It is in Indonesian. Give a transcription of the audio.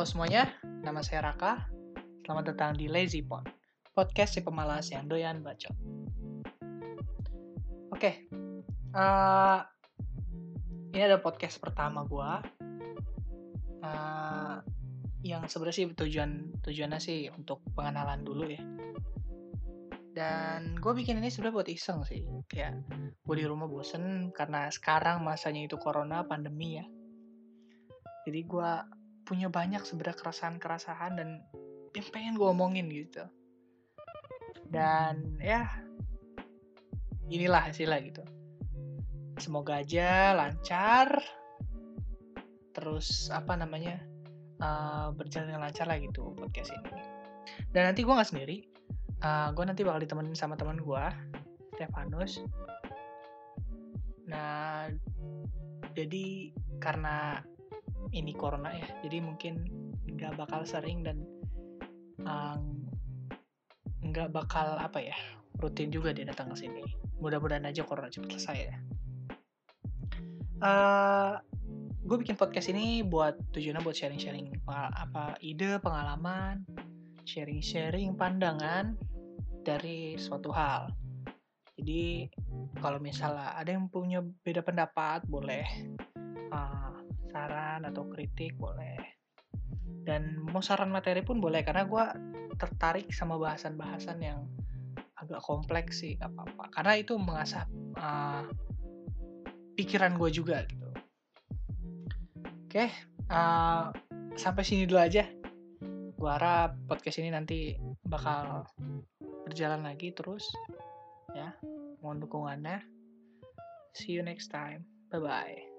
semuanya, nama saya Raka. Selamat datang di Lazy Pond, podcast si pemalas yang doyan bacot. Oke, ini ada podcast pertama gue, yang sebenarnya sih tujuannya sih untuk pengenalan dulu ya. Dan gue bikin ini sebenarnya buat iseng sih, kayak gue di rumah bosen karena sekarang masanya itu corona pandemi ya. Jadi gue punya banyak sebenarnya keresahan dan yang pengen gue omongin gitu. Dan ya inilah hasilnya gitu. Semoga aja lancar, terus berjalan dengan lancar lah gitu podcast ini. Dan nanti gue nggak sendiri, gue nanti bakal ditemenin sama teman gue, Stefanus. Nah, jadi karena ini corona ya, jadi mungkin nggak bakal sering dan nggak bakal rutin juga dia datang ke sini. Mudah-mudahan aja corona cepat selesai ya. Gue bikin podcast ini tujuannya buat sharing-sharing ide, pengalaman, sharing-sharing pandangan dari suatu hal. Jadi kalau misalnya ada yang punya beda pendapat boleh, saran atau kritik boleh, dan mau saran materi pun boleh karena gue tertarik sama bahasan-bahasan yang agak kompleks sih, gak apa-apa karena itu mengasah pikiran gue juga gitu. Oke, sampai sini dulu aja. Gue harap podcast ini nanti bakal berjalan lagi terus ya. Mohon dukungannya. See you next time. Bye-bye.